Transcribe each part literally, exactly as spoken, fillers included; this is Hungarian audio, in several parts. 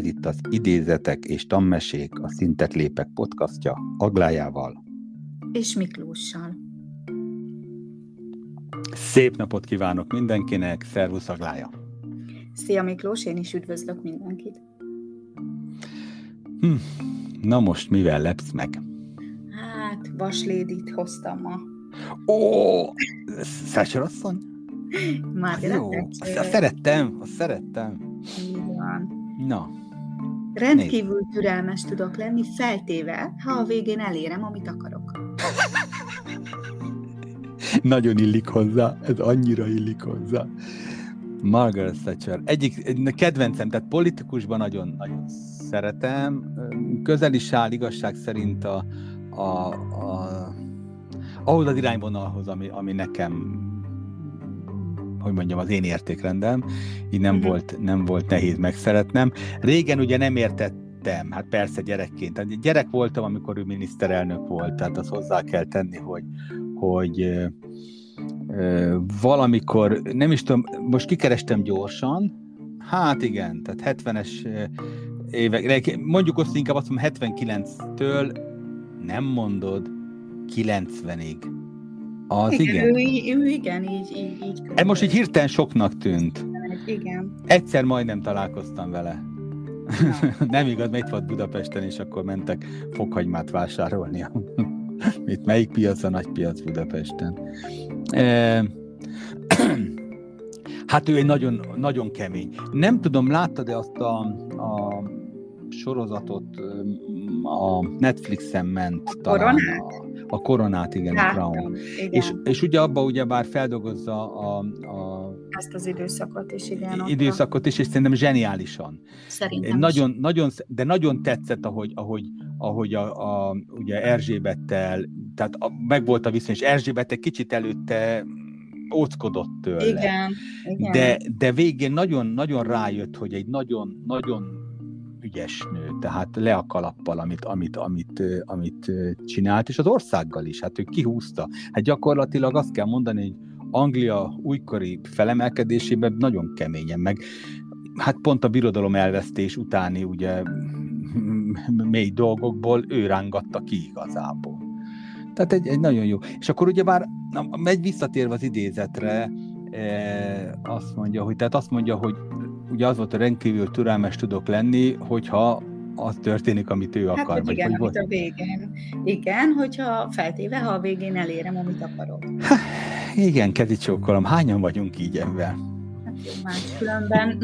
Ez itt az Idézetek és Tanmesék, a Szintet lépek podcastja Aglájával és Miklóssal. Szép napot kívánok mindenkinek, szervusz Aglája! Szia Miklós, én is üdvözlök mindenkit. Hm, na most mivel lepsz meg? Hát, vaslédit hoztam ma. Ó, Thatcher asszony? Margaret Jó, Thatcher. azt szerettem, azt szerettem. Így van. Na. Rendkívül türelmes tudok lenni, feltéve, ha a végén elérem, amit akarok. Nagyon illik hozzá, ez annyira illik hozzá. Margaret Thatcher. Egyik kedvencem, tehát politikusban nagyon, nagyon szeretem. Közel is áll igazság szerint a, a, a, ahhoz az irányvonalhoz, ami, ami nekem, hogy mondjam, az én értékrendem. Így nem, uh-huh. volt, nem volt nehéz megszeretnem. Régen ugye nem értettem, hát persze gyerekként. Tehát gyerek voltam, amikor ő miniszterelnök volt, tehát azt hozzá kell tenni, hogy, hogy ö, ö, valamikor, nem is tudom, most kikerestem gyorsan, hát igen, tehát hetvenes évek, mondjuk azt inkább azt mondom hetvenkilenctől, nem mondod, kilencvenig. Az igen. Igen, ő, ő igen, így, így, így Ez most így hirtelen soknak tűnt. Igen. Egyszer majdnem találkoztam vele. Nem igaz, mert itt volt Budapesten, és akkor mentek fokhagymát vásárolni. Itt melyik piac a nagy piac Budapesten? E... Hát ő egy nagyon, nagyon kemény. Nem tudom, láttad-e azt a, a sorozatot, a Netflixen ment talán. A, a Koronát, igen, a Crown. És, és ugye abban ugyebár feldolgozza a, a ezt az időszakot is, igen. Időszakot is, és szerintem zseniálisan. Szerintem nagyon, nagyon, de nagyon tetszett, ahogy, ahogy, ahogy a, a, ugye Erzsébettel, tehát a, meg volt a viszony, és Erzsébet egy kicsit előtte óckodott tőle. Igen, igen. De, de végén nagyon, nagyon rájött, hogy egy nagyon, nagyon ügyes nő, tehát le a kalappal, amit, amit, amit, amit csinált, és az országgal is, hát ő kihúzta. Hát gyakorlatilag azt kell mondani, hogy Anglia újkori felemelkedésében nagyon keményen, meg hát pont a birodalom elvesztés utáni ugye mély dolgokból ő rángatta ki igazából. Tehát egy, egy nagyon jó. És akkor ugyebár megy visszatérve az idézetre, e, azt mondja, hogy tehát azt mondja, hogy ugye az volt, hogy rendkívül türelmes tudok lenni, hogyha az történik, amit ő hát, akar. Hát, vagy igen, hogy amit volt? A végén. Igen, hogyha feltéve, ha a végén elérem, amit akarok. Há, igen, kezi csókolom. Hányan vagyunk így ebben? Hát jó, máskülönben.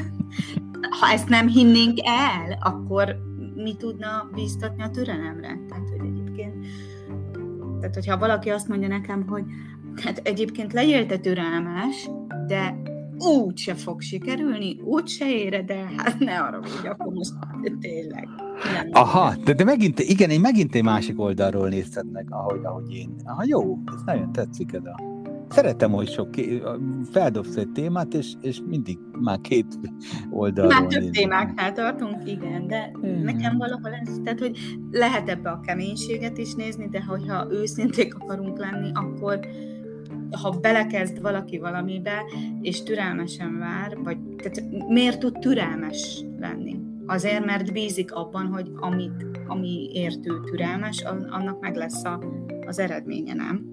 Ha ezt nem hinnénk el, akkor mi tudna bíztatni a türelemre? Tehát, hogy egyébként, tehát, hogyha valaki azt mondja nekem, hogy hát egyébként legyél te türelmes, de úgy se fog sikerülni, úgy se éred el, hát ne arra úgy, akkor most tényleg. Nem Aha, de, de megint, igen, én megint egy másik oldalról nézted meg, ahogy, ahogy én. Aha, jó, ez nagyon tetszik ez a... Szeretem, hogy sok feldobsz egy témát, és, és mindig már két oldalról már több nézünk. témáknál tartunk, igen, de hmm. nekem valahol ez, tehát, hogy lehet ebbe a keménységet is nézni, de hogyha őszinték akarunk lenni, akkor ha belekezd valaki valamibe, és türelmesen vár, vagy tehát miért tud türelmes lenni? Azért, mert bízik abban, hogy amit, ami értő türelmes, annak meg lesz a, az eredménye, nem?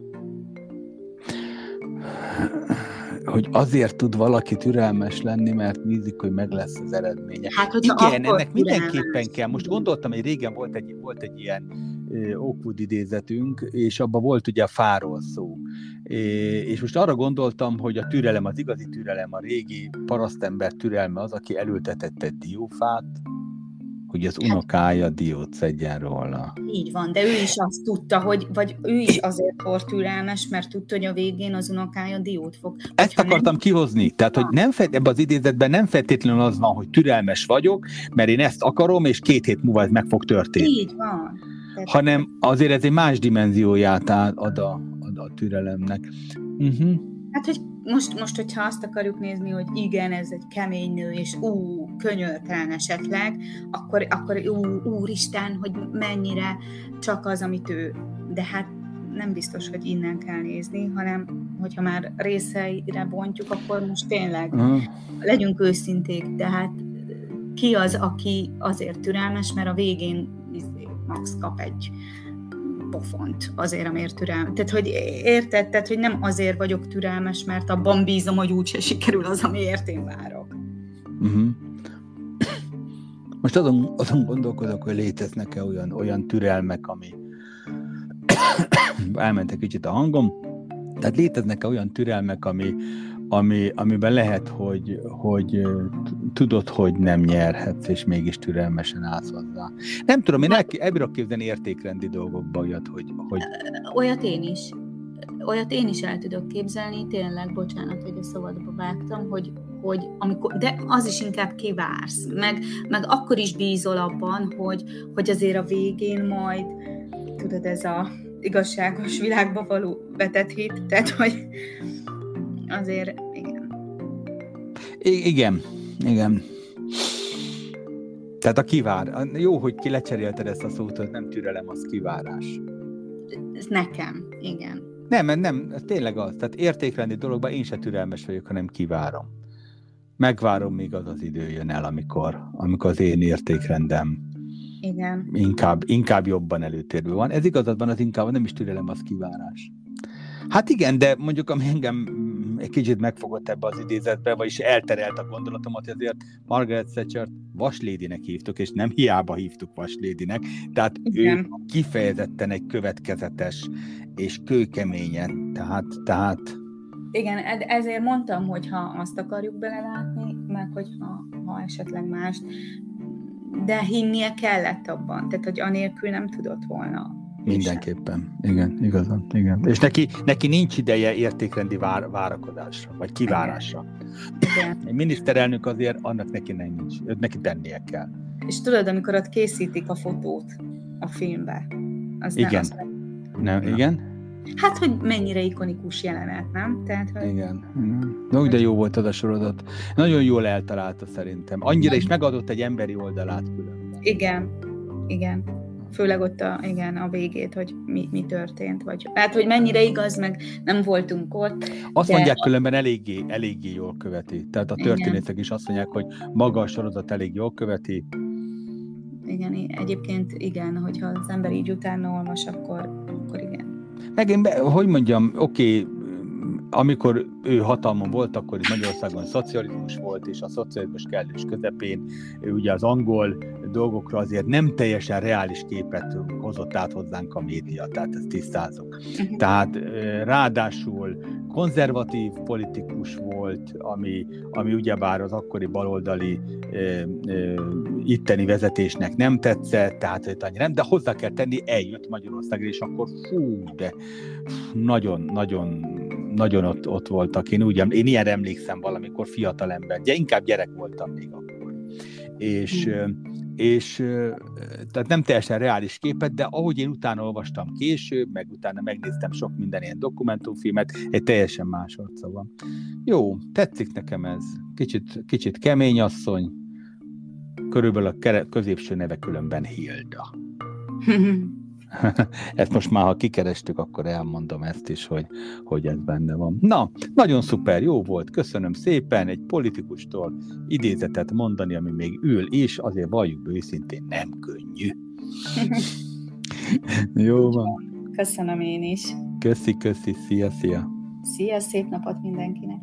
Hogy azért tud valaki türelmes lenni, mert bízik, hogy meg lesz az eredménye. Hát, igen, ennek mindenképpen kell. Most gondoltam, hogy régen volt egy, volt egy ilyen uh, Oakwood idézetünk, és abban volt ugye a fáról szó. És most arra gondoltam, hogy a türelem, az igazi türelem, a régi parasztember türelme az, aki elültetett egy diófát, hogy az unokája diót szedjen róla. Így van, de ő is azt tudta, hogy, vagy ő is azért volt türelmes, mert tudta, hogy a végén az unokája diót fog. Ezt akartam nem... kihozni, tehát, hogy nem felt, ebben az idézetben nem feltétlenül az van, hogy türelmes vagyok, mert én ezt akarom, és két hét múlva ez meg fog történni. Így van. Tehát... hanem azért ez egy más dimenzióját ad a, ad a türelemnek. Uh-huh. Hát, hogy most, most, hogyha azt akarjuk nézni, hogy igen, ez egy kemény nő, és ú, könyörtelen esetleg, akkor, akkor ú, úristen, hogy mennyire csak az, amit ő. De hát nem biztos, hogy innen kell nézni, hanem hogyha már részeire bontjuk, akkor most tényleg uh-huh. legyünk őszinték, de hát ki az, aki azért türelmes, mert a végén max kap egy pofont azért, amiért türelmes. Tehát, hogy érted? Tehát, hogy nem azért vagyok türelmes, mert abban bízom, hogy úgyse sikerül az, amiért én várok. Uh-huh. Most azon, azon gondolkodok, hogy léteznek-e olyan, olyan türelmek, ami elment egy kicsit a hangom, tehát léteznek-e olyan türelmek, ami, ami, amiben lehet, hogy, hogy tudod, hogy nem nyerhetsz, és mégis türelmesen állsz hozzá. Nem tudom, én el, elbírok képzelni értékrendi dolgokba olyat, hogy, hogy... Olyat én is. Olyat én is el tudok képzelni, tényleg, bocsánat, hogy a szabadba vágtam, hogy, hogy amikor, de az is inkább kivársz, meg, meg akkor is bízol abban, hogy, hogy azért a végén majd, tudod, ez a igazságos világba való vetett hit, tehát, hogy azért, igen. I- igen, igen. Tehát a kivár. Jó, hogy ki lecserélted ezt a szót, hogy nem türelem, az kivárás. Ez nekem, igen. Nem, nem, ez tényleg az. Tehát értékrendi dologban én se türelmes vagyok, hanem kivárom. Megvárom, míg az az idő jön el, amikor, amikor az én értékrendem igen. Inkább, inkább jobban előtérben van. Ez igazadban az inkább nem is türelem, az kivárás. Hát igen, de mondjuk ami engem egy kicsit megfogott ebbe az idézetbe, vagyis elterelt a gondolatomat, azért Margaret Thatchert vaslédinek hívtuk, és nem hiába hívtuk vaslédinek, tehát igen. Ő kifejezetten egy következetes és kőkeményen, tehát, tehát... Igen, ezért mondtam, hogy ha azt akarjuk belelátni, meg hogyha ha esetleg mást, de hinnie kellett abban, tehát hogy anélkül nem tudott volna. Mindenképpen, igen, igazán, igen. És neki, neki nincs ideje értékrendi vár, várakozásra, vagy kivárásra. Igen. Egy miniszterelnök azért annak neki nem nincs, neki tennie kell. És tudod, amikor ott készítik a fotót a filmbe, az igen. nem az... Nem, igen? Hát, hogy mennyire ikonikus jelenet, nem? Tehát, hogy... Igen. Na, úgy de jó volt az a sorozat. Nagyon jól eltalálta szerintem. Annyira is megadott egy emberi oldalát különben. Igen, igen. Főleg ott a, igen, a végét, hogy mi, mi történt. Vagy, hát, hogy mennyire igaz, meg nem voltunk ott. Azt de... mondják különben eléggé, eléggé jól követi. Tehát a történészek is azt mondják, hogy maga a sorozat elég jól követi. Igen, egyébként igen, hogyha az ember így utána olvas, akkor, akkor igen. Meg én, be, hogy mondjam, oké, okay, amikor ő hatalmon volt, akkor itt Magyarországon szocializmus volt, és a szocializmus kellős közepén ő ugye az angol dolgokra azért nem teljesen reális képet hozott át hozzánk a média, tehát ezt tisztázok. Uh-huh. Tehát ráadásul konzervatív politikus volt, ami, ami ugyebár az akkori baloldali e, e, itteni vezetésnek nem tetszett, tehát annyira nem, de hozzá kell tenni, eljött Magyarországra, és akkor fú, de nagyon, nagyon nagyon ott, ott voltak. Én, úgy, én ilyen emlékszem valamikor fiatal ember, de inkább gyerek voltam még akkor. És, mm. és tehát nem teljesen reális képet, de ahogy én utána olvastam később, meg utána megnéztem sok minden ilyen dokumentumfilmet, egy teljesen más arca van. Jó, tetszik nekem ez. Kicsit, kicsit kemény asszony, körülbelül a középső neve különben Hilda. Ezt most már, ha kikerestük, akkor elmondom ezt is, hogy, hogy ez benne van. Na, nagyon szuper, jó volt, köszönöm szépen, egy politikustól idézetet mondani, ami még ül, és azért valljuk be őszintén, nem könnyű. Jó van. Köszönöm én is. Köszi, köszi, szia, szia. Szia, szép napot mindenkinek.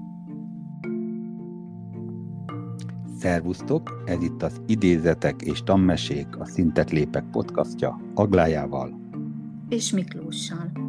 Szervusztok, ez itt az Idézetek és Tanmesék, a Szintet lépek podcastja Aglájával és Miklóssal.